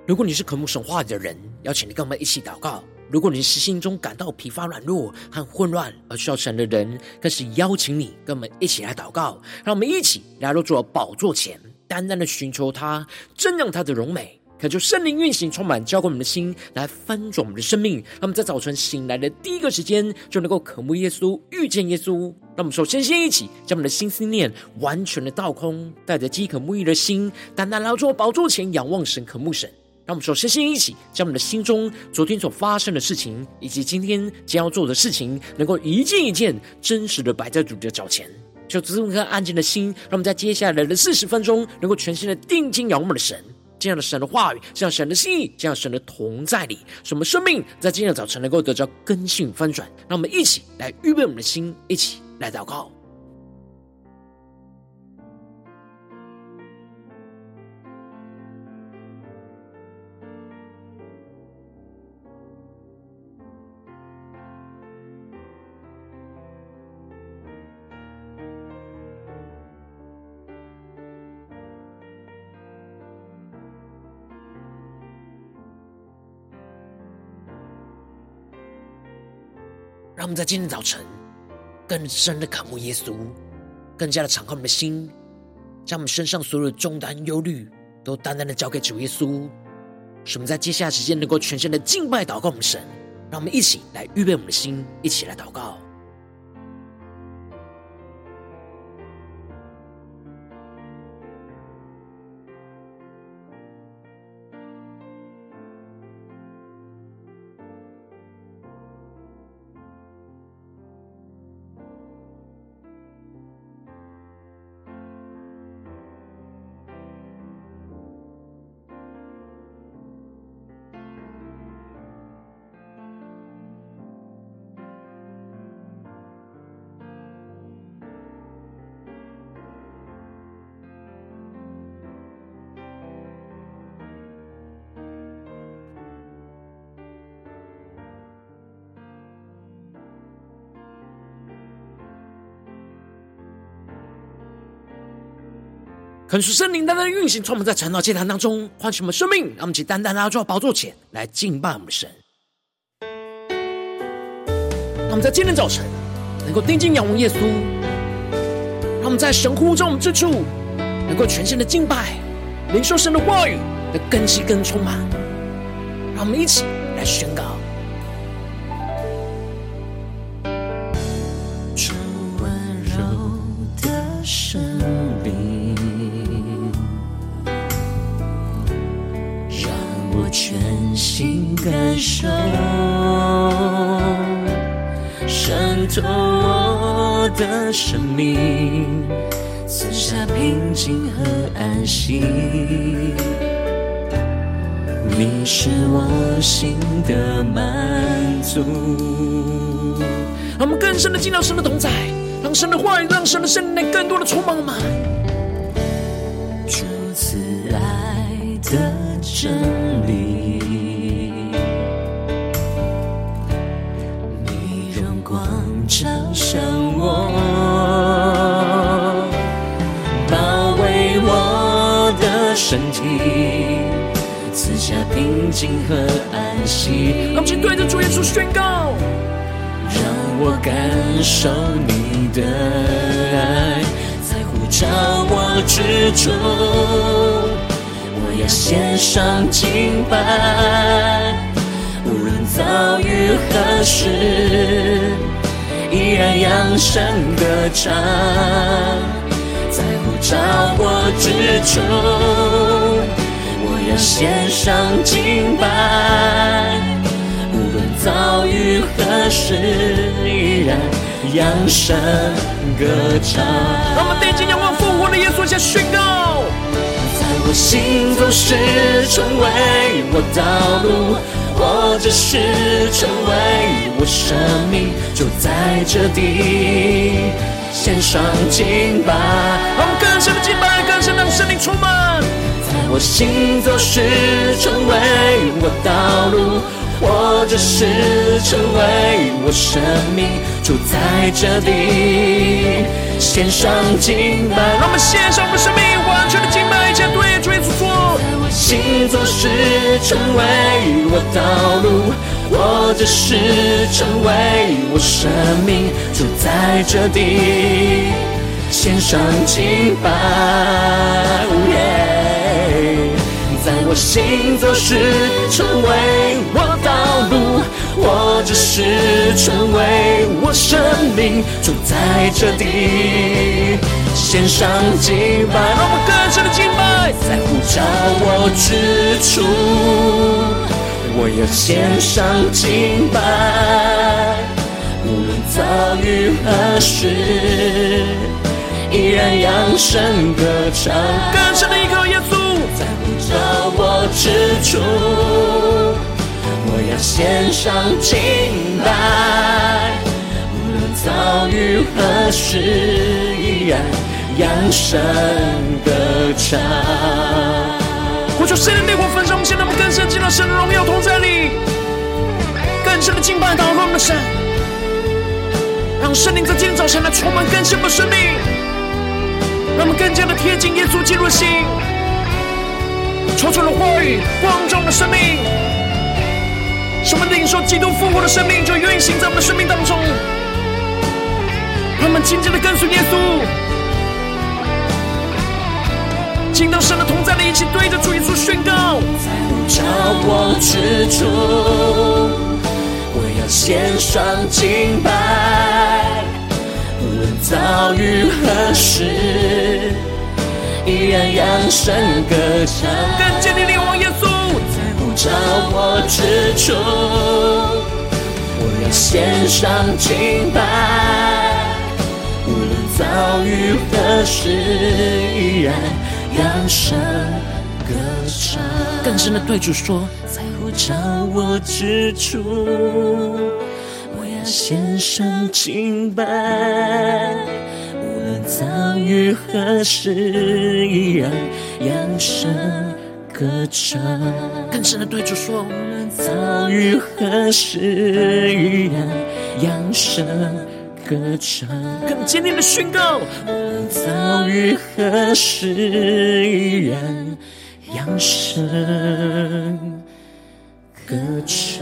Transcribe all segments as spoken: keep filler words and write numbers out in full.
如果你是渴慕神话语的人，邀请你跟我们一起祷告。如果你是心中感到疲乏软弱和混乱而需要神的人，更是邀请你跟我们一起来祷告。让我们一起来到主的宝座前，单单的寻求他，瞻仰他的荣美，恳求圣灵运行充满浇灌我们的心，来翻转我们的生命。让我们在早晨醒来的第一个时间就能够渴慕耶稣，遇见耶稣。让我们首先先一起将我们的心思念完全的倒空，带着饥渴沐浴的心，单单来到主的宝座前仰望神，渴慕神。让我们首先先一起将我们的心中昨天所发生的事情，以及今天将要做的事情，能够一件一件真实的摆在主的脚前。求这颗安静的心，让我们在接下来的四十分钟，能够全心的定睛仰望我们的神。这样的神的话语，这样神的心意，这样神的同在里，使我们生命在今天的早晨能够得到更新翻转。让我们一起来预备我们的心，一起来祷告。让我们在今天早晨更深的渴慕耶稣，更加的敞开我们的心，将我们身上所有的重担忧虑都单单的交给主耶稣，使我们在接下来时间能够全身的敬拜祷告我们神。让我们一起来预备我们的心，一起来祷告。恳求圣灵单单的运行，充满在晨祷祭坛当中，唤醒我们生命。让我们一起单单来到宝座前来敬拜我们的神。让我们在今天早晨能够定睛仰望耶稣，让我们在神呼召我们之处，能够全心的敬拜，领受神的话语的更新跟充满。让我们一起来宣告。 主温柔的生命，全心感受，渗透我的生命，赐下平静和安息。你是我心的满足。 让我们更深的进到神的同在，让神的话语，让神的圣灵更多的充满我们。 主慈爱的真理，你荣光照向我，包围我的身体，赐下平静和安息。 让我们请对着主耶稣宣告， 让我感受你的爱，在呼召我之处，我要献上敬拜，无论遭遇何事，依然扬声歌唱，在呼召我之处，我要献上敬拜，无论遭遇何事，依然扬声歌唱。 让我们定睛仰望复活的耶稣，下宣告， 我心总是成为我道路，或者是成为我生命，就在这地献上敬拜。 让我们更深的敬拜，更深让圣灵充满。 在我心总是成为我道路，或者是成为我生命，就在这地献上敬拜。 让我们献上我们生命，完全的敬拜，一切对主耶稣说。 在我行做事成为我道路，我这事成为我生命，就在这地献上敬拜。哦耶，在我行走时成为我道路，我这事成为我生命，就在这地献上敬拜。让我们更深的敬拜，在呼召我之处，我要献上敬拜。无论遭遇何事，依然扬声歌唱。更深的一个耶稣，在呼召我之处，我要献上敬拜。无论遭遇何事，依然扬声歌唱。我求圣灵烈火焚烧，我们现在我们更深进到神的荣耀同在里，更深的敬拜祷告我们的神，让圣灵在今天早晨来充满更新的生命，让我们更加的贴近耶稣基督的心，抽出了话语光照我们的生命，使我们领受基督复活的生命就运行在我们的生命当中，让我们紧紧的跟随耶稣，进到神的同在里，一起对着主耶稣宣告：在呼召我之处，我要献上敬拜。无论遭遇何事，依然扬声歌唱。更坚定地往耶稣，在呼召我之处，我要献上敬拜。无论遭遇何事，依然扬声歌唱。更深的对主说，在呼召我之处，我要献上敬拜。无论遭遇何事，依然扬声歌唱。更深的对主说，无论遭遇何事，依然扬声歌唱。更坚定的宣告，无论遭遇何事，依然扬声歌唱。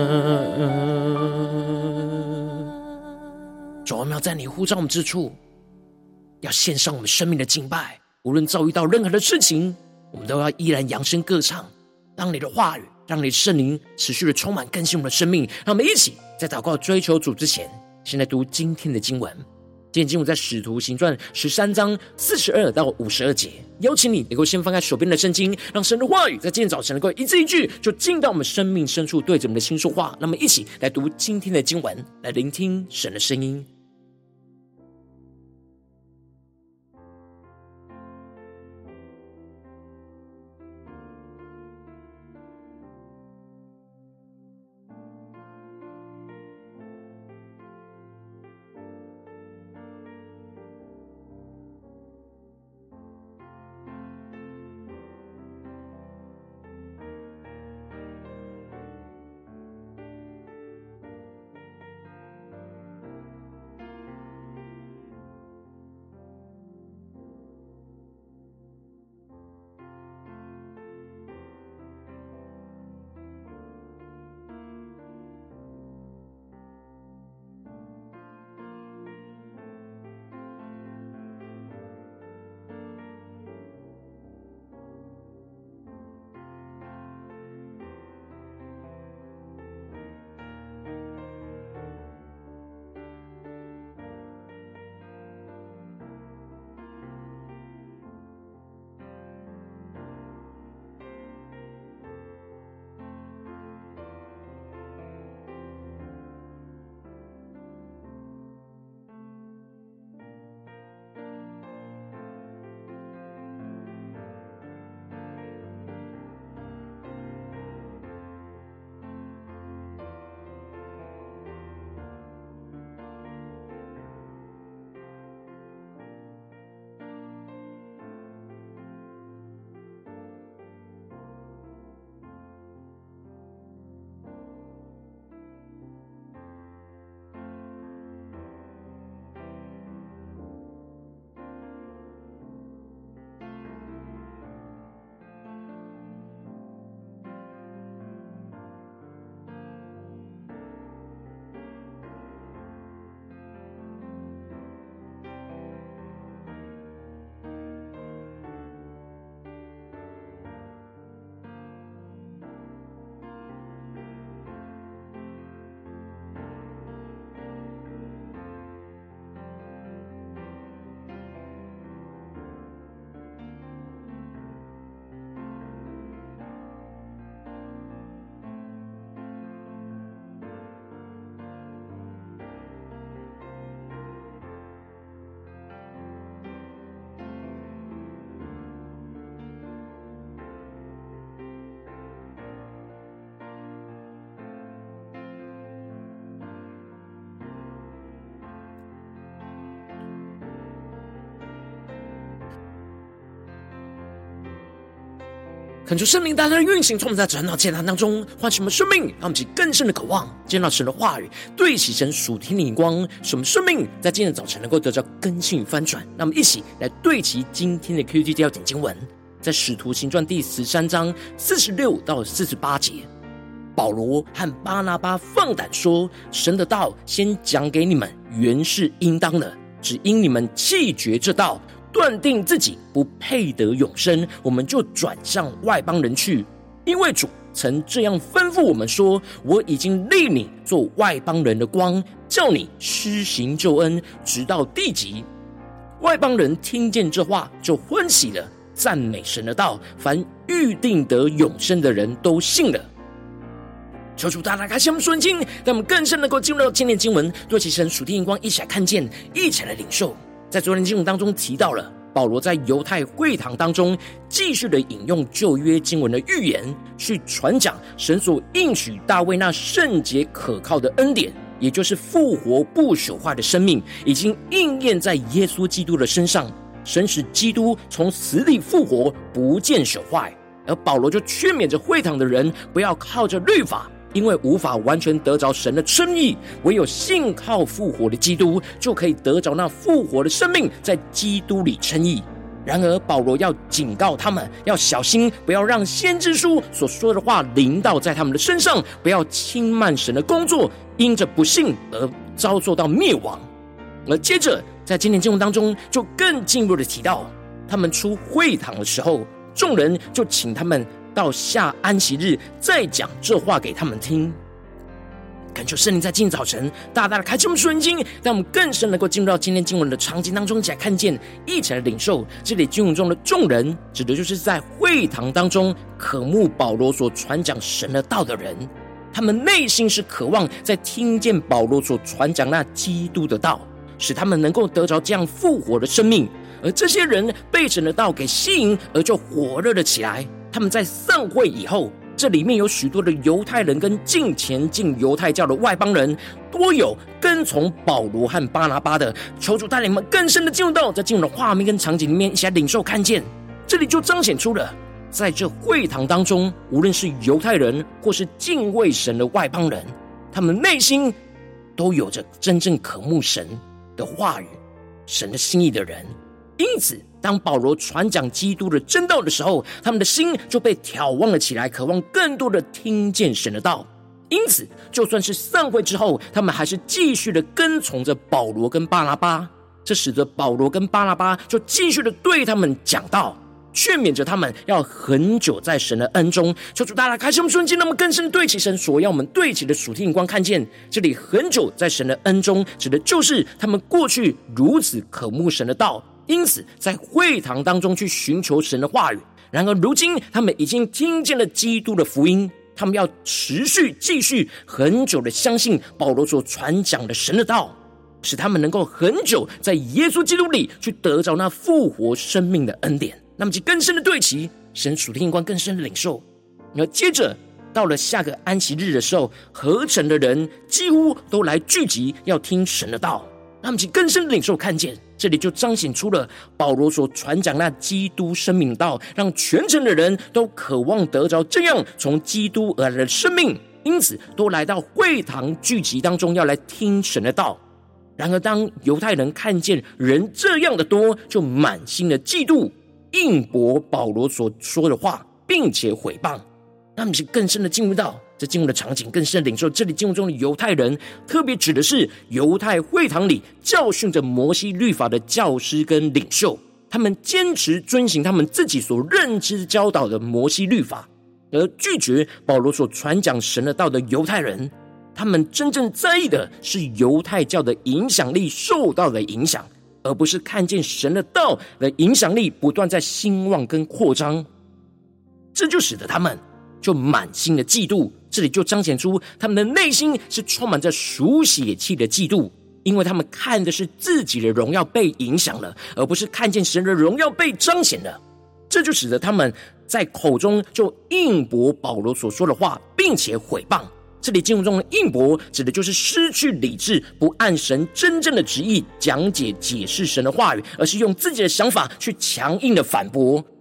主，我们要在你呼召我们之处，要献上我们生命的敬拜。无论遭遇到任何的事情，我们都要依然扬声歌唱。让你的话语，让你的圣灵持续的充满更新我们的生命。让我们一起在祷告追求主之前，现在读今天的经文。今天经文在使徒行传十三章四十二到五十二节。邀请你能够先翻开手边的圣经，让神的话语在今天早晨能够一字一句就进到我们生命深处，对着我们的心说话。那么一起来读今天的经文，来聆听神的声音。 恳求圣灵大大的运行，从我们在传道见堂当中唤醒我们生命，让我们起更深的渴望见到神的话语，对齐神属天的眼光，使我们生命在今天早晨能够得到更新与翻转。让我们一起来对齐今天的 Q T 要点经文，在使徒行传第十三章四十六到四十八节。保罗和巴拿巴放胆说，神的道先讲给你们原是应当的，只因你们弃绝这道，断定自己不配得永生，我们就转向外邦人去。因为主曾这样吩咐我们说，我已经立你做外邦人的光，叫你施行救恩，直到地极。外邦人听见这话就欢喜了，赞美神的道，凡预定得永生的人都信了。求主大大开启我们属灵经，让我们更深能够进入到今天的经文，对其神属天眼光，一起来看见，一起来领受。在昨天经文当中提到了保罗在犹太会堂当中继续的引用旧约经文的预言，去传讲神所应许大卫那圣洁可靠的恩典，也就是复活不朽坏的生命，已经应验在耶稣基督的身上。神使基督从死里复活，不见朽坏。而保罗就劝勉着会堂的人，不要靠着律法，因为无法完全得着神的称义，唯有信靠复活的基督，就可以得着那复活的生命，在基督里称义。然而保罗要警告他们，要小心，不要让先知书所说的话临到在他们的身上，不要轻慢神的工作，因着不信而遭受到灭亡。而接着在今天经文当中就更进一步的提到，他们出会堂的时候，众人就请他们到下安息日再讲这话给他们听。恳求圣灵在今天早晨大大的开启我们属灵经，让我们更深能够进入到今天经文的场景当中，一起来看见，一起来领受。这里经文中的众人指的就是在会堂当中渴慕保罗所传讲神的道的人，他们内心是渴望在听见保罗所传讲那基督的道，使他们能够得着这样复活的生命。而这些人被神的道给吸引，而就火热了起来。他们在散会以后，这里面有许多的犹太人跟敬虔进犹太教的外邦人，多有跟从保罗和巴拿巴的。求主带领我们更深的进入到在进入的画面跟场景里面，一起来领受看见。这里就彰显出了在这会堂当中，无论是犹太人或是敬畏神的外邦人，他们内心都有着真正渴慕神的话语、神的心意的人。因此当保罗传讲基督的真道的时候，他们的心就被挑旺了起来，渴望更多的听见神的道。因此就算是散会之后，他们还是继续的跟从着保罗跟巴拿巴，这使得保罗跟巴拿巴就继续的对他们讲道，劝勉着他们要很久在神的恩中。求主大家开始我们瞬间，那么更深对齐神所要我们对齐的属天眼光，看见这里很久在神的恩中，指的就是他们过去如此渴慕神的道，因此在会堂当中去寻求神的话语。然而如今他们已经听见了基督的福音，他们要持续继续很久的相信保罗所传讲的神的道，使他们能够很久在耶稣基督里去得着那复活生命的恩典。那么就更深的对齐神属天眼光，更深的领受。而接着到了下个安息日的时候，合城的人几乎都来聚集要听神的道，那么就更深的领受看见，这里就彰显出了保罗所传讲那基督生命道，让全城的人都渴望得着这样从基督而来的生命，因此都来到会堂聚集当中要来听神的道。然而当犹太人看见人这样的多，就满心的嫉妒，应驳保罗所说的话，并且毁谤。那么是更深的进入到这进入的场景，更深的领受这里经文中的犹太人，特别指的是犹太会堂里教训着摩西律法的教师跟领袖，他们坚持遵行他们自己所认知教导的摩西律法，而拒绝保罗所传讲神的道的犹太人，他们真正在意的是犹太教的影响力受到的影响，而不是看见神的道的影响力不断在兴旺跟扩张。这就使得他们就满心的嫉妒，这里就彰显出他们的内心是充满着属血气的嫉妒，因为他们看的是自己的荣耀被影响了，而不是看见神的荣耀被彰显了。这就使得他们在口中就应驳保罗所说的话，并且毁谤。这里经文中的应驳指的就是失去理智，不按神真正的旨意讲解解释神的话语，而是用自己的想法去强硬的反驳。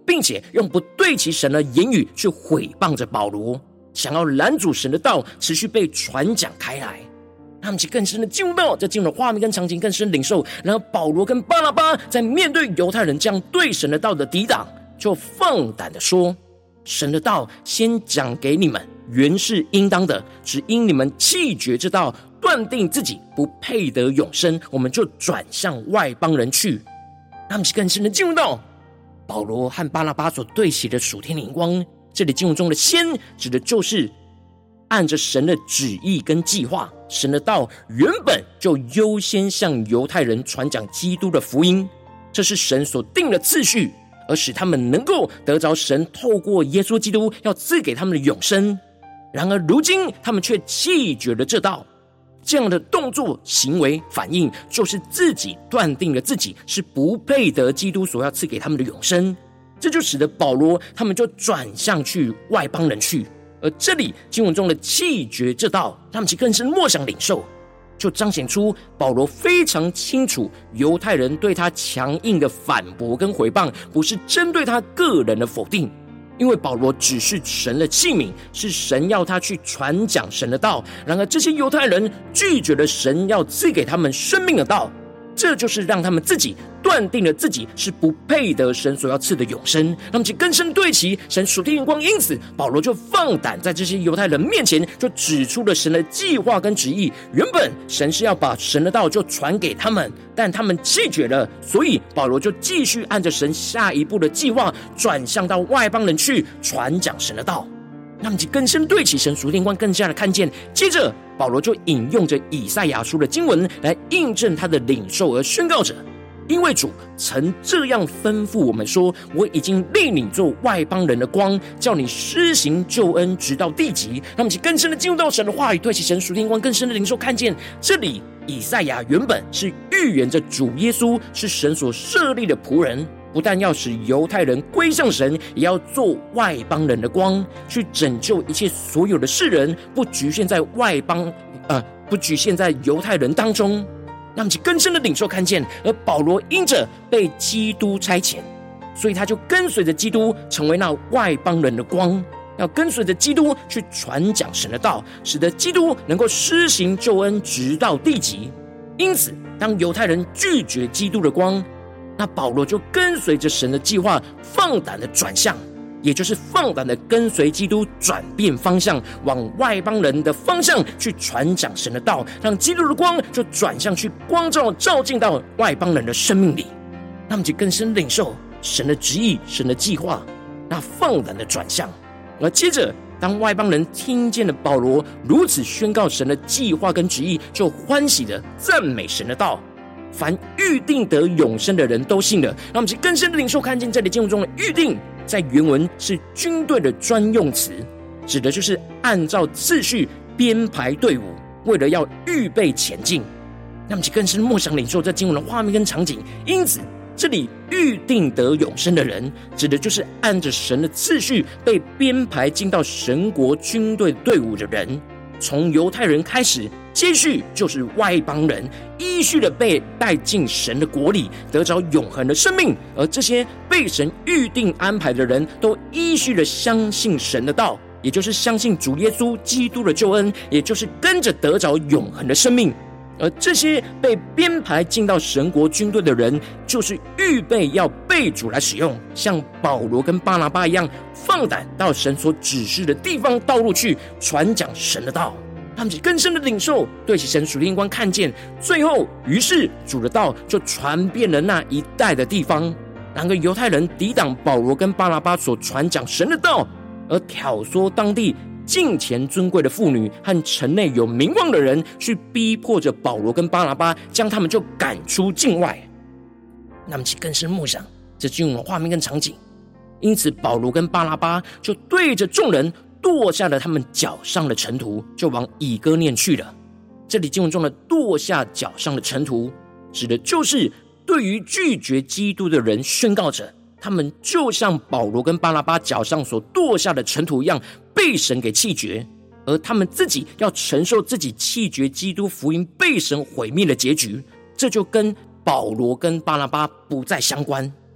并且用不对齐神的言语去毁谤着保罗，想要拦阻神的道持续被传讲开来。他们去更深的进入到这进入的画面跟场景，更深领受。然后保罗跟巴拿巴在面对犹太人这样对神的道的抵挡，就放胆的说：神的道先讲给你们，原是应当的，只因你们弃绝这道，断定自己不配得永生，我们就转向外邦人去。他们更深的进入到保罗和巴拿巴所对齐的属天灵光。这里经文中的先指的就是按着神的旨意跟计划，神的道原本就优先向犹太人传讲基督的福音，这是神所定的次序，而使他们能够得着神透过耶稣基督要赐给他们的永生。然而如今他们却弃绝了这道，这样的动作行为反应就是自己断定了自己是不配得基督所要赐给他们的永生，这就使得保罗他们就转向去外邦人去。而这里经文中的弃绝这道，他们其更是默想领受，就彰显出保罗非常清楚犹太人对他强硬的反驳跟毁谤不是针对他个人的否定，因为保罗只是神的器皿，是神要他去传讲神的道。然而这些犹太人拒绝了神要赐给他们生命的道，这就是让他们自己断定了自己是不配得神所要赐的永生，让他们去更深对齐神属天眼光。因此保罗就放胆在这些犹太人面前就指出了神的计划跟旨意。原本神是要把神的道就传给他们，但他们弃绝了，所以保罗就继续按着神下一步的计划转向到外邦人去传讲神的道。那么更深对齐神属天光，更加的看见。接着保罗就引用着以赛亚书的经文来印证他的领受，而宣告着：因为主曾这样吩咐我们说，我已经立你做外邦人的光，叫你施行救恩直到地极。让我们更深的进入到神的话语，对齐神属天光，更深的领受看见。这里以赛亚原本是预言着主耶稣是神所设立的仆人，不但要使犹太人归向神，也要做外邦人的光，去拯救一切所有的世人，不局限在外邦呃，不局限在犹太人当中。让我们更深的领受看见。而保罗因着被基督差遣，所以他就跟随着基督成为那外邦人的光，要跟随着基督去传讲神的道，使得基督能够施行救恩直到地极。因此当犹太人拒绝基督的光，那保罗就跟随着神的计划放胆的转向，也就是放胆的跟随基督转变方向，往外邦人的方向去传讲神的道，让基督的光就转向去光照照进到外邦人的生命里。那么就更深领受神的旨意，神的计划，那放胆的转向。而接着当外邦人听见了保罗如此宣告神的计划跟旨意，就欢喜的赞美神的道，凡预定得永生的人都信了。让我们更深的领受看见，这里经文中的预定在原文是军队的专用词，指的就是按照次序编排队伍，为了要预备前进。让我们更深默想领受这经文的画面跟场景。因此这里预定得永生的人，指的就是按着神的次序被编排进到神国军队队伍的人，从犹太人开始，接续就是外邦人，依序的被带进神的国里，得着永恒的生命。而这些被神预定安排的人，都依序的相信神的道，也就是相信主耶稣基督的救恩，也就是跟着得着永恒的生命。而这些被编排进到神国军队的人，就是预备要被主来使用，像保罗跟巴拿巴一样，放胆到神所指示的地方道路去传讲神的道。他们更深的领受，对其神属灵光看见。最后于是主的道就传遍了那一带的地方。然而犹太人抵挡保罗跟巴拿巴所传讲神的道，而挑唆当地敬虔尊贵的妇女和城内有名望的人，去逼迫着保罗跟巴拿巴，将他们就赶出境外。那么其更深默想这经文的画面跟场景。因此保罗跟巴拿巴就对着众人跺下了他们脚上的尘土，就往以哥念去了。这里经文中的跺下脚上的尘土，指的就是对于拒绝基督的人宣告着，他们就像保罗跟巴拿巴脚上所跺下的尘土一样，被神给弃绝，而他们自己要承受自己弃绝基督福音被神毁灭的结局。这就跟保罗跟巴拿巴不再相关。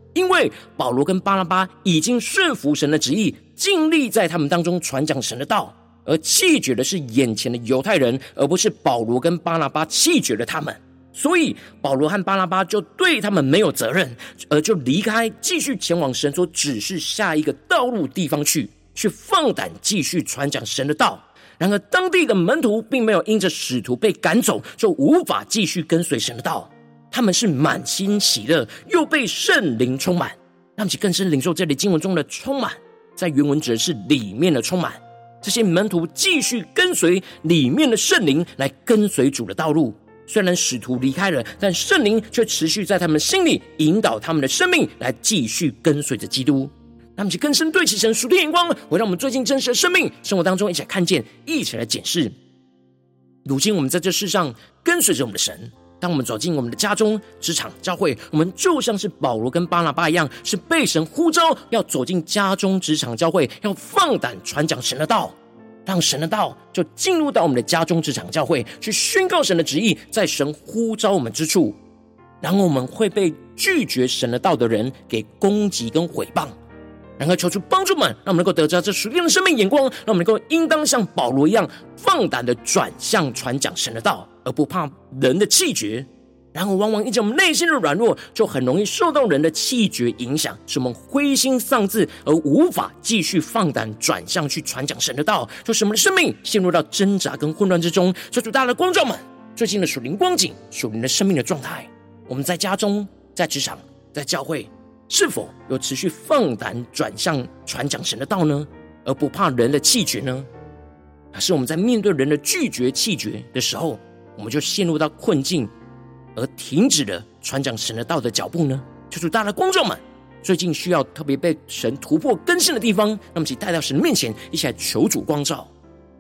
因为保罗跟巴拿巴已经顺服神的旨意，尽力在他们当中传讲神的道，而弃绝的是眼前的犹太人，而不是保罗跟巴拿巴弃绝了他们。所以保罗和巴拿巴就对他们没有责任，而就离开，继续前往神所指示下一个道路地方去，去放胆继续传讲神的道。然而当地的门徒并没有因着使徒被赶走就无法继续跟随神的道，他们是满心喜乐，又被圣灵充满。让其更深领受这里经文中的充满，在原文指的是里面的充满。这些门徒继续跟随里面的圣灵来跟随主的道路，虽然使徒离开了，但圣灵却持续在他们心里引导他们的生命来继续跟随着基督。让我们更深对齐神属天眼光，会让我们最近真实的生命生活当中一起来看见，一起来检视。如今我们在这世上跟随着我们的神，当我们走进我们的家中、职场、教会，我们就像是保罗跟巴拿巴一样，是被神呼召要走进家中、职场、教会，要放胆传讲神的道，让神的道就进入到我们的家中、职场、教会，去宣告神的旨意，在神呼召我们之处。然后我们会被拒绝神的道的人给攻击跟毁谤，然而求主帮助们，让我们能够得着这属天的生命眼光，让我们能够应当像保罗一样，放胆的转向传讲神的道，而不怕人的弃绝。然而往往因着我们内心的软弱，就很容易受到人的弃绝影响，使我们灰心丧志，而无法继续放胆转向去传讲神的道，就使我们的生命陷入到挣扎跟混乱之中。求主大家的光照们，最近的属灵光景、属灵的生命的状态，我们在家中、在职场、在教会，是否有持续放胆转向传讲神的道呢？而不怕人的弃绝呢？还是我们在面对人的拒绝、弃绝的时候，我们就陷入到困境，而停止了传讲神的道的脚步呢？求主大家的光照们，最近需要特别被神突破更新的地方，让我们一起带到神的面前，一起来求主光照。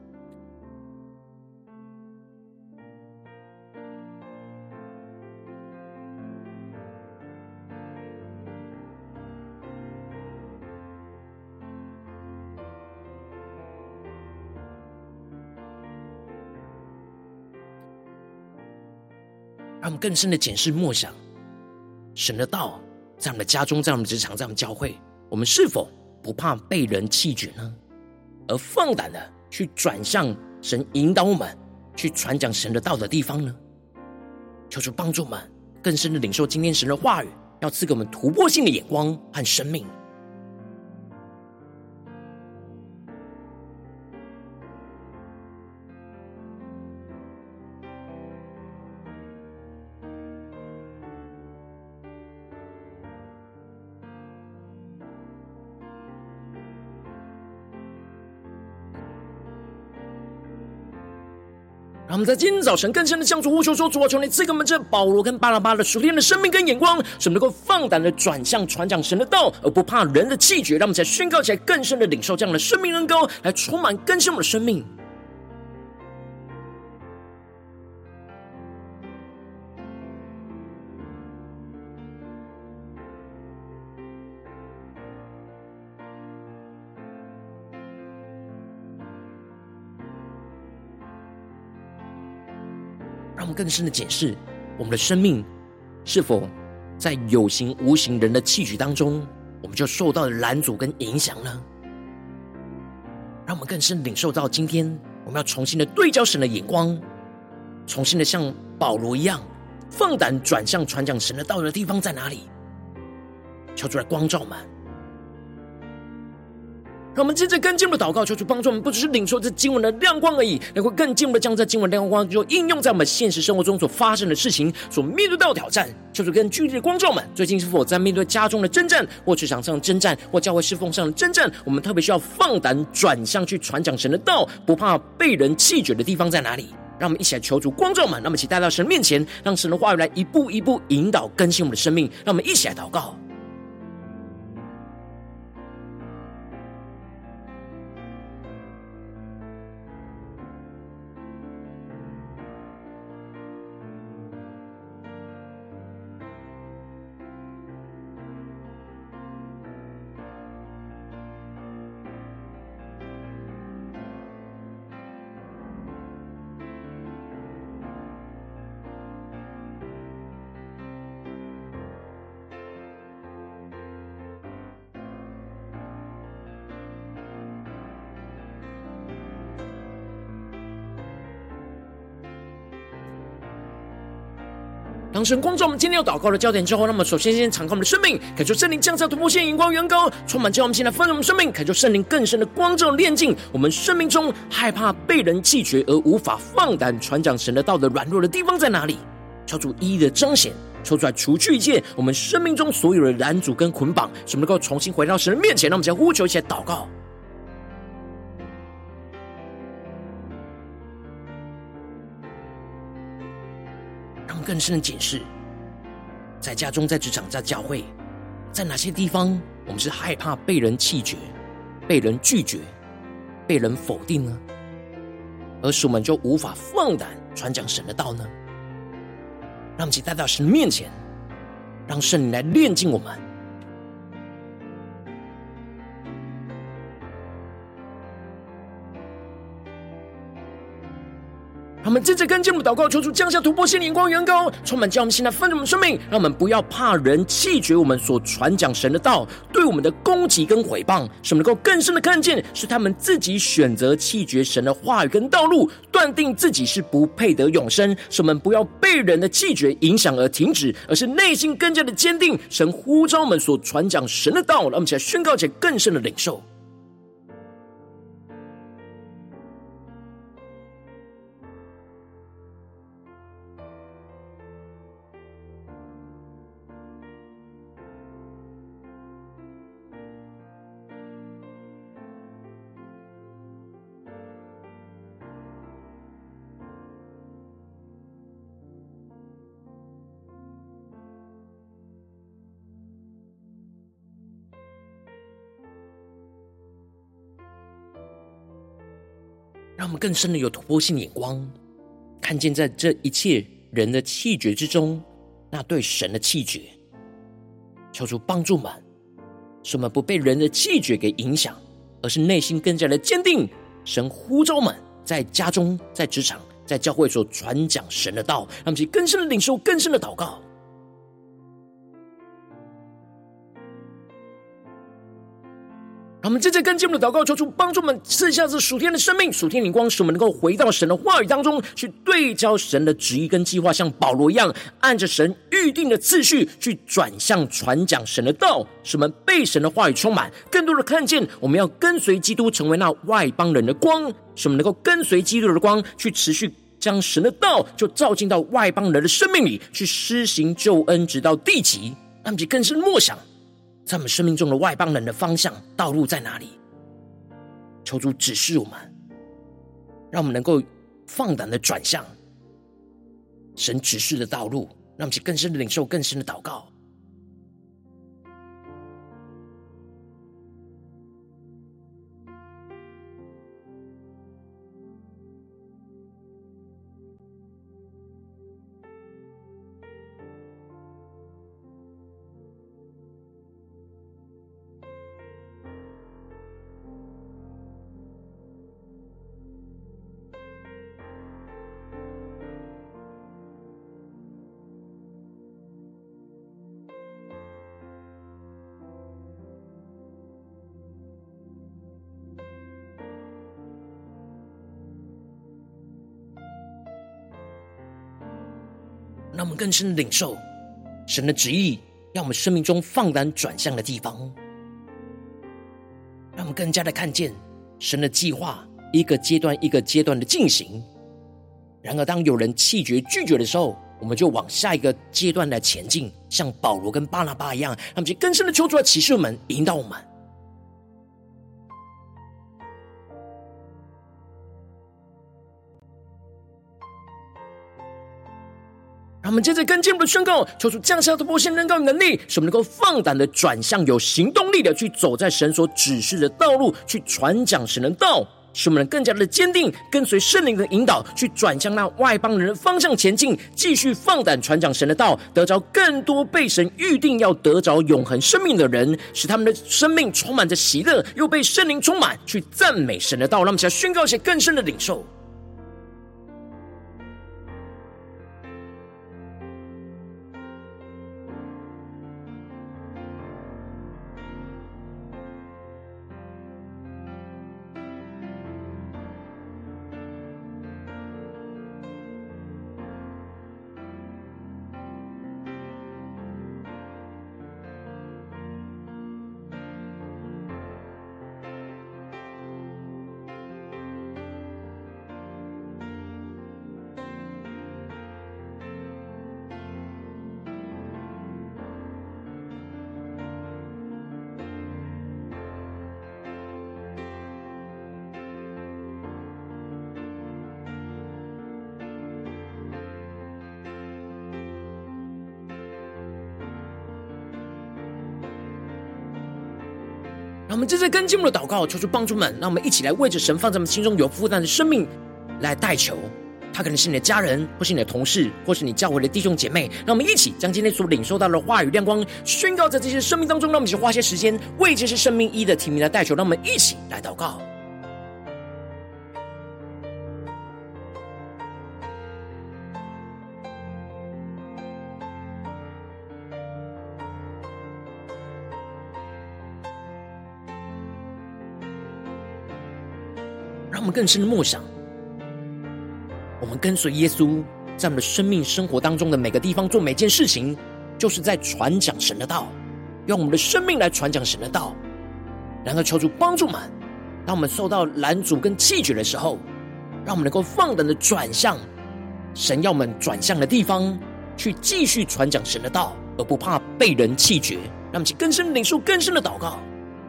让我们更深的检视默想神的道，在我们的家中，在我们的职场，在我们教会，我们是否不怕被人弃绝呢？而放胆的去转向神引导我们去传讲神的道的地方呢？求主帮助我们更深的领受今天神的话语，要赐给我们突破性的眼光和生命。让我们在今天早晨更深的向主呼求说，主啊，求你赐给我们这保罗跟巴拿巴的属天的生命跟眼光，使我们能够放胆的转向传讲神的道，而不怕人的弃绝。让我们才宣告起来，更深的领受这样的生命恩膏，来充满更新我们的生命。让我们更深的检视我们的生命是否在有形无形人的器具当中，我们就受到了拦阻跟影响呢？让我们更深领受到今天我们要重新的对焦神的眼光，重新的像保罗一样放胆转向传讲神的道的地方在哪里？求主来光照们。让我们接着更进一步的祷告，求主帮助我们，不只是领受这经文的亮光而已，能够更进一步的将这经文的亮光就应用在我们现实生活中所发生的事情，所面对到的挑战。求主更具体的光照们，最近是否在面对家中的征战，或职场上的征战，或教会侍奉上的征战，我们特别需要放胆转向去传讲神的道，不怕被人弃绝的地方在哪里？让我们一起来求主光照们，让我们一起带到神面前，让神的话语来一步一步引导更新我们的生命。让我们一起来祷告。 当神光照我们今天要祷告的焦点之后，那么首先先敞开我们的生命，恳求圣灵降下突破线、荧光、远高，充满叫我们现在丰盛我们生命，恳求圣灵更深的光照、炼净我们生命中害怕被人弃绝而无法放胆传讲神的道的软弱的地方在哪里？求主一一的彰显，抽出来除去一切我们生命中所有的拦阻跟捆绑，使我们能够重新回到神的面前。让我们先呼求，一起来祷告。让我们更深的检视，在家中、在职场、在教会，在哪些地方我们是害怕被人弃绝、被人拒绝、被人否定呢？而使我们就无法放胆传讲神的道呢？让我们一起带到神的面前，让圣灵来炼净我们。让我们接着跟进我们祷告，求主降下突破性的眼光、远高，充满叫我们现在丰盛我们生命。让我们不要怕人弃绝我们所传讲神的道对我们的攻击跟毁谤，使我们能够更深的看见是他们自己选择弃绝神的话语跟道路，断定自己是不配得永生。使我们不要被人的弃绝影响而停止，而是内心更加的坚定神呼召我们所传讲神的道。让我们一起来宣告，且更深的领受。让我们更深的有突破性眼光，看见在这一切人的弃绝之中，那对神的弃绝。求主帮助我们，使我们不被人的弃绝给影响，而是内心更加的坚定神呼召我们在家中、在职场、在教会所传讲神的道。让我们去更深的领受、更深的祷告。让我们接着跟进我们的祷告，求主帮助我们赐下这属天的生命、属天灵光，使我们能够回到神的话语当中，去对焦神的旨意跟计划，像保罗一样，按着神预定的次序去转向传讲神的道，使我们被神的话语充满，更多的看见我们要跟随基督，成为那外邦人的光，使我们能够跟随基督的光，去持续将神的道就照进到外邦人的生命里，去施行救恩，直到地极。让我们更深默想，在我们生命中的外邦人的方向道路在哪里？求主指示我们，让我们能够放胆的转向神指示的道路，让我们更深的领受、更深的祷告。让我们更深的领受神的旨意，让我们生命中放胆转向的地方，让我们更加的看见神的计划一个阶段一个阶段的进行。然而当有人弃绝拒绝的时候，我们就往下一个阶段来前进，像保罗跟巴拿巴一样，让我们去更深的求主来启示我们，引导我们。让我们接着跟进我们的宣告，求主降下突破性能高能力，使我们能够放胆的转向有行动力的去走在神所指示的道路，去传讲神的道，使我们更加的坚定跟随圣灵的引导，去转向那外邦人的方向前进，继续放胆传讲神的道，得着更多被神预定要得着永恒生命的人，使他们的生命充满着喜乐，又被圣灵充满，去赞美神的道。让我们一起来宣告一些更深的领受。 让我们接着跟进我们的祷告，求主帮助们，让我们一起来为着神放在我们心中有负担的生命来代求。他可能是你的家人，或是你的同事，或是你教会的弟兄姐妹。让我们一起将今天所领受到的话语亮光宣告在这些生命当中。让我们一起花些时间为这些生命一的提名来代求。让我们一起来祷告。让我们更深的默想，我们跟随耶稣，在我们的生命生活当中的每个地方做每件事情，就是在传讲神的道，用我们的生命来传讲神的道。然而求主帮助们，当我们受到拦阻跟弃绝的时候，让我们能够放胆的转向神要我们转向的地方，去继续传讲神的道，而不怕被人弃绝。让我们去更深领受更深的祷告。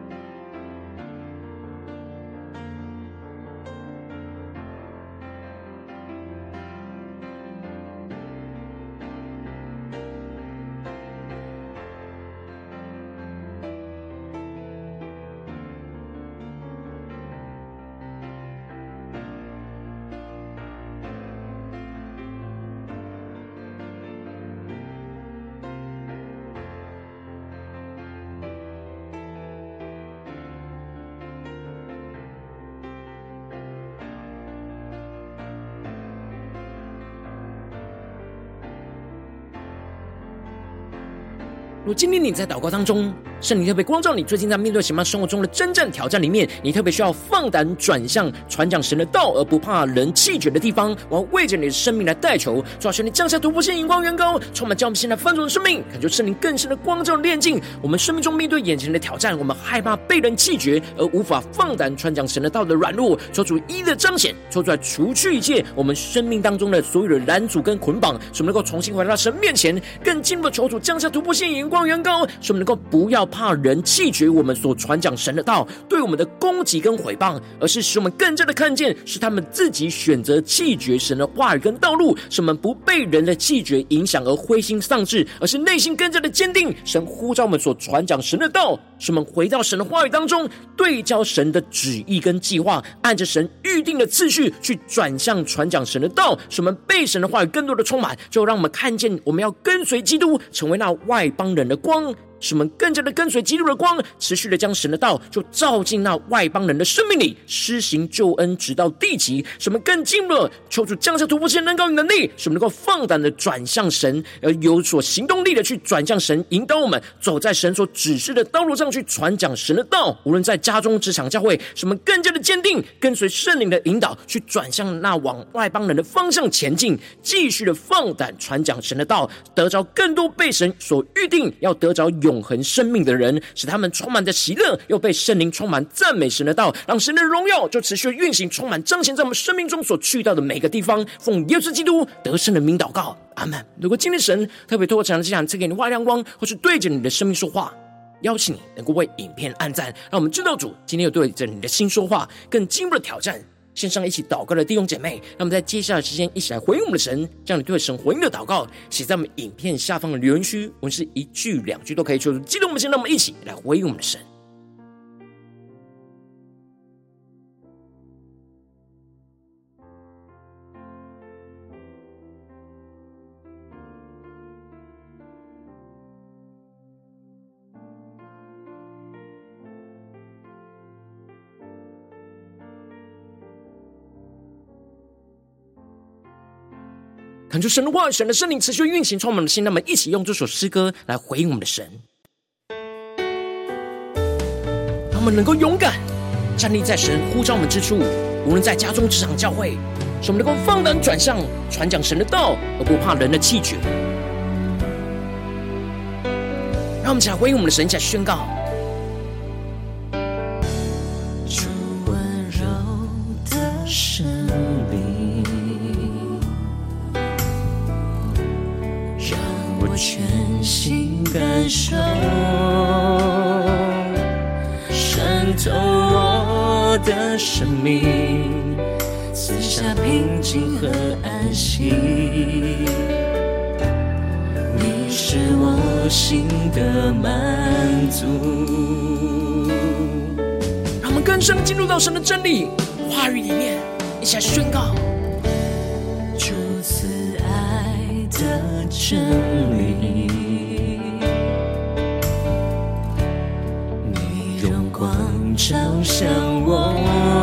如果今天你在祷告当中，圣灵特别光照你，最近在面对什么样生活中的征战挑战里面，你特别需要放胆转向传讲神的道，而不怕人弃绝的地方，我要为着你的生命来代求。主啊，求你降下突破性、荧光、远高，充满将我们现在翻转的生命，感觉圣灵更深的光照炼净我们生命中面对眼前的挑战，我们害怕被人弃绝而无法放胆传讲神的道的软弱，求主一的彰显，求主来除去一切我们生命当中的所有的拦阻跟捆绑，使我们能够重新回到神面前，更进一步的求主降下突破性、荧光、远高，使我们能够不要怕人弃绝我们所传讲神的道对我们的攻击跟毁谤，而是使我们更加的看见是他们自己选择弃绝神的话语跟道路，使我们不被人的弃绝影响而灰心丧志，而是内心更加的坚定神呼召我们所传讲神的道，使我们回到神的话语当中，对焦神的旨意跟计划，按着神预定的次序去转向传讲神的道，使我们被神的话语更多的充满，就让我们看见我们要跟随基督，成为那外邦人的光，使我们更加的跟随基督的光，持续的将神的道就照进那外邦人的生命里，施行救恩直到地极，使我们更进一步的求主降下突破性能高与能力，使我们能够放胆的转向神，而有所行动力的去转向神，引导我们走在神所指示的道路上去传讲神的道。无论在家中、职场、教会，使我们更加的坚定跟随圣灵的引导，去转向那往外邦人的方向前进，继续的放胆传讲神的道，得着更多被神所预定要得着永恒生命的人，使他们充满着喜乐，又被圣灵充满赞美神的道，让神的荣耀就持续运行，充满彰显在我们生命中所去到的每个地方。奉耶稣基督得胜的名祷告，阿们。如果今天神特别透过这样的讲赐给你画亮光，或是对着你的生命说话，邀请你能够为影片按赞，让我们知道主今天又对着你的心说话，更进一步的挑战线上一起祷告的弟兄姐妹，让我们在接下来的时间一起来回应我们的神，将你对神回应的祷告写在我们影片下方的留言区，我们是一句两句都可以说出激动我们心，让我们一起来回应我们的神。恳求神的话语、神的圣灵持续运行，充满我们的心。让我们一起用这首诗歌来回应我们的神，让我们能够勇敢站立在神呼召我们之处，无论在家中、职场、教会，使我们能够放胆转向传讲神的道，而不怕人的弃绝。让我们一起来回应我们的神，一起来宣告： 主温柔的生命，我全心感受，渗透我的生命，赐下平静和安息。你是我心的满足， 们更深进入到神的真理话语里面，一起来宣告。 主慈爱的真理，你荣光照向我，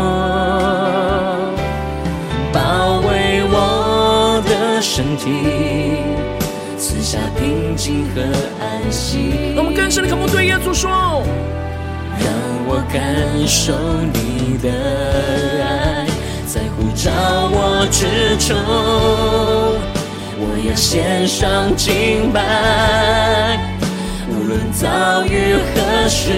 包围我的身体，赐下平静和安息。 让我们更深的渴慕对耶稣说， 让我感受你的爱，在呼召我之处，我要献上敬拜。无论遭遇何事，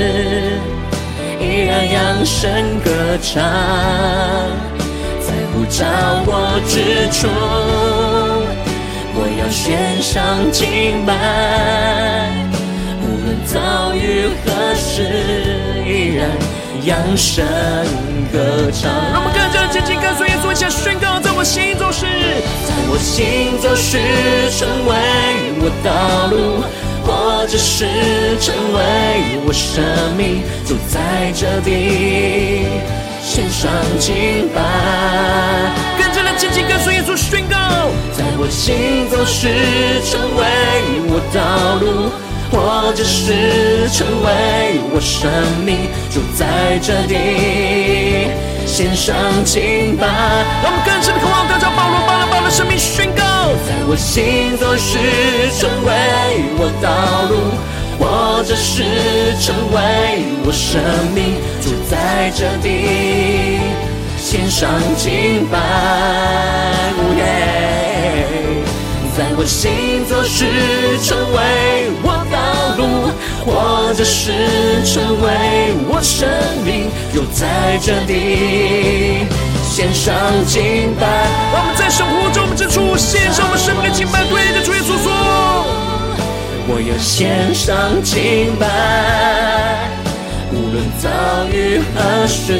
依然扬声歌唱。在呼召我之处，我要献上敬拜。无论遭遇何事，依然扬声歌唱。 让我们更加的紧紧跟随耶稣，一起来宣告，在我心中是， 在我心中是成为我道路，或者是成为我生命，就在这地献上敬拜。 更加的紧紧跟随耶稣宣告， 在我心中是成为我道路，或者是成为我生命，就在这地献上敬拜。 让我们更深的渴望得着保罗巴拿巴的生命宣告， 在我心中是成为我道路，或者是成为我生命，就在这地献上敬拜。哦耶！在我心中是成为我道路，或者是成为我生命，又在这地献上敬拜。 让我们在生活中之处献上我们生命的敬拜，对着主耶稣说， 我要献上敬拜。无论遭遇何事，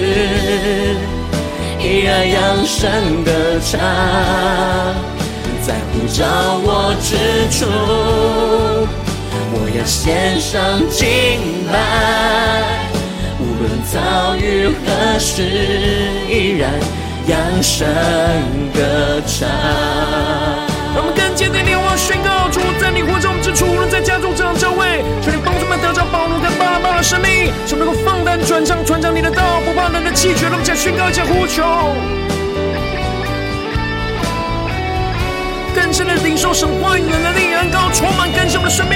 依然扬声歌唱。在呼召我之处，我要献上敬拜。无论遭遇何事，依然扬声歌唱。 让我们更坚定地往宣告，主在你呼召我们之处，无论在家中这样教会，求你帮助我们得着保罗跟巴拿巴的生命，使我们能够放胆传唱传讲你的道，不怕人的弃绝。让我们再宣告，一起呼求，更深的领受神话语的能力，恩膏充满更新我们的生命。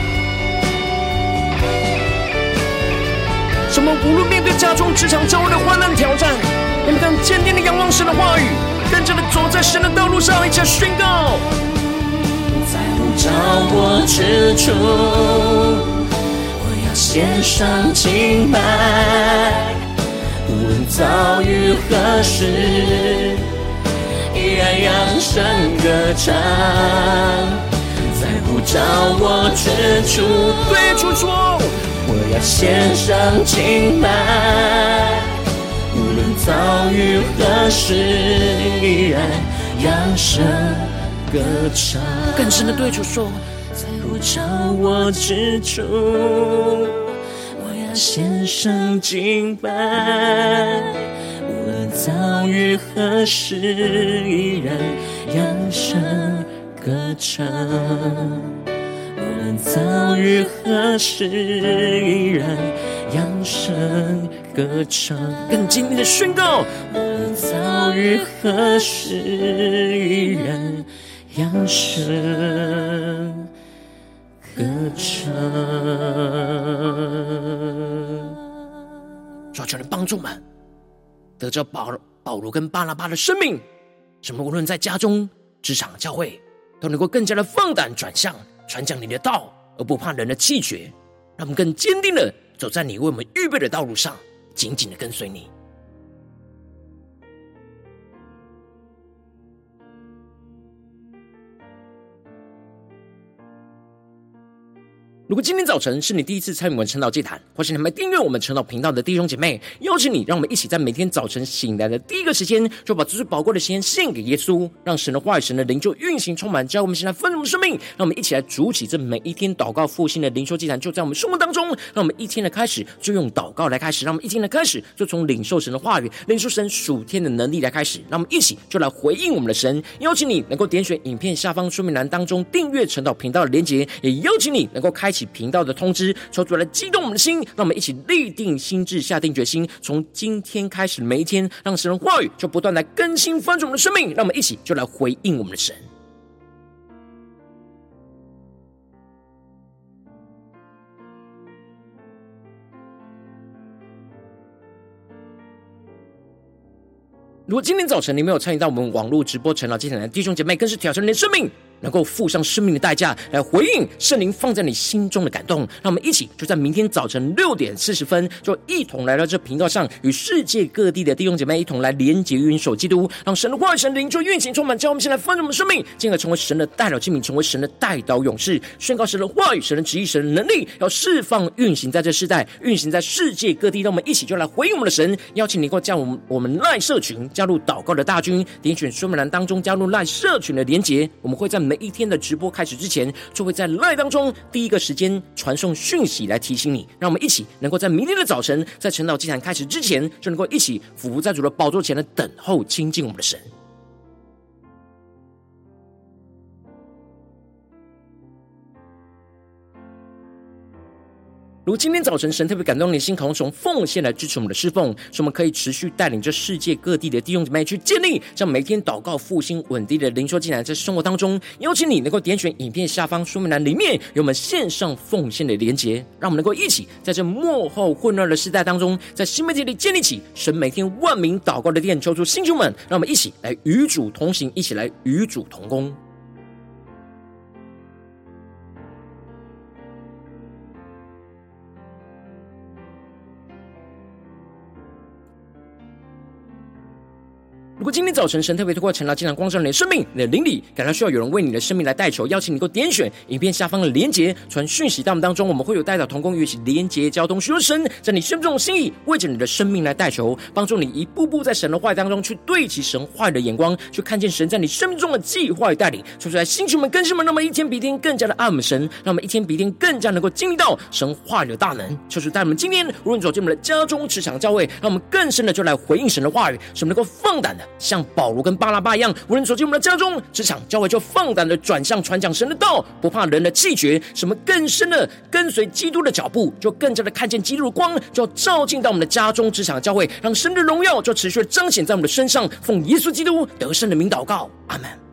什么无论面对家中职场教会的患难挑战，我们更坚定的仰望神的话语，更加的走在神的道路上，一起来宣告。 在呼召我之处，我要献上敬拜。无论遭遇何事，依然扬声歌唱。在呼召我之处， 对主说， 我要献上敬拜。无论遭遇何事，依然扬声歌唱。 更深的对主说， 在呼召我之处，我要献上敬拜。无论遭遇何事，依然扬声歌唱。无论遭遇何事，依然扬声歌唱。 更坚定的宣告， 无论遭遇何事，依然扬声歌唱。 主啊，求你帮助我们得着保保罗跟巴拿巴的生命，使我们无论在家中、职场、教会，都能够更加的放胆转向传讲你的道，而不怕人的弃绝。让我们更坚定的走在你为我们预备的道路上，紧紧的跟随你。 如果今天早晨是你第一次参与我们晨祷祭坛，或是你们订阅我们晨祷频道的弟兄姐妹，邀请你让我们一起在每天早晨醒来的第一个时间，就把最宝贵的时间献给耶稣，让神的话语、神的灵就运行充满，教我们现在丰盛的生命。让我们一起来主起这每一天祷告复兴的灵修祭坛，就在我们生活当中。让我们一天的开始就用祷告来开始，让我们一天的开始就从领受神的话语、领受神属天的能力来开始。让我们一起就来回应我们的神。邀请你能够点选影片下方说明栏当中订阅晨祷频道的连结，也邀请你能够开启频道的通知，求主来激动我们的心，让我们一起立定心志，下定决心，从今天开始每一天，让神的话语就不断来更新翻转我们的生命。让我们一起就来回应我们的神。如果今天早晨你没有参与到我们网络直播晨祷祭坛的弟兄姐妹，更是挑战你的生命，能够付上生命的代价来回应圣灵放在你心中的感动。让我们一起就在明天早晨六点四十分，就一同来到这频道上，与世界各地的弟兄姐妹一同来连结运手基督，让神的话语、神的灵就运行充满，叫我们先来丰盛我们的生命，进而成为神的代祷器皿，成为神的代祷勇士，宣告神的话语、神的旨意、神的能力，要释放运行在这世代，运行在世界各地。让我们一起就来回应我们的神。邀请你能够将我们我们赖社群加入祷告的大军，点选说明栏当中加入赖社群的连结。我们会在每一天的直播开始之前，就会在赖当中第一个时间传送讯息来提醒你。让我们一起能够在明天的早晨，在晨祷祭坛开始之前，就能够一起俯伏在主的宝座前的等候亲近我们的神。如今天早晨神特别感动你的心，渴望从奉献来支持我们的侍奉，使我们可以持续带领着世界各地的弟兄姐妹去建立这样每天祷告复兴稳定的灵修进来，在生活当中邀请你能够点选影片下方说明栏里面有我们线上奉献的连结，让我们能够一起在这末后混乱的时代当中，在新媒体里建立起神每天万名祷告的殿。求主弟兄们，让我们一起来与主同行，一起来与主同工。如果今天早晨神特别透过晨祷祭坛光照你的生命，你的灵里感到需要有人为你的生命来代求，邀请你能够点选影片下方的连结，传讯息到我们当中，我们会有代祷同工与一起连结交通，寻求神在你生命中的心意，为着你的生命来代求，帮助你一步步在神的话语当中去对齐神话语的眼光，去看见神在你生命中的计划与带领。说出来，星球们、更新们，让我们一天比一天更加的爱我们神，让我们一天比一天更加能够经历到神话语的大能。就是在我们今天无论走进我们的家中、职场、教会，让我们更深的就来回应神的话语，使我们能够放胆的像保罗跟巴拿巴一样，无论走进我们的家中、职场、教会，就放胆的转向传讲神的道，不怕人的弃绝，什么更深的跟随基督的脚步，就更加的看见基督的光，就照进到我们的家中、职场、教会，让神的荣耀就持续的彰显在我们的身上。奉耶稣基督得胜的名祷告，阿们。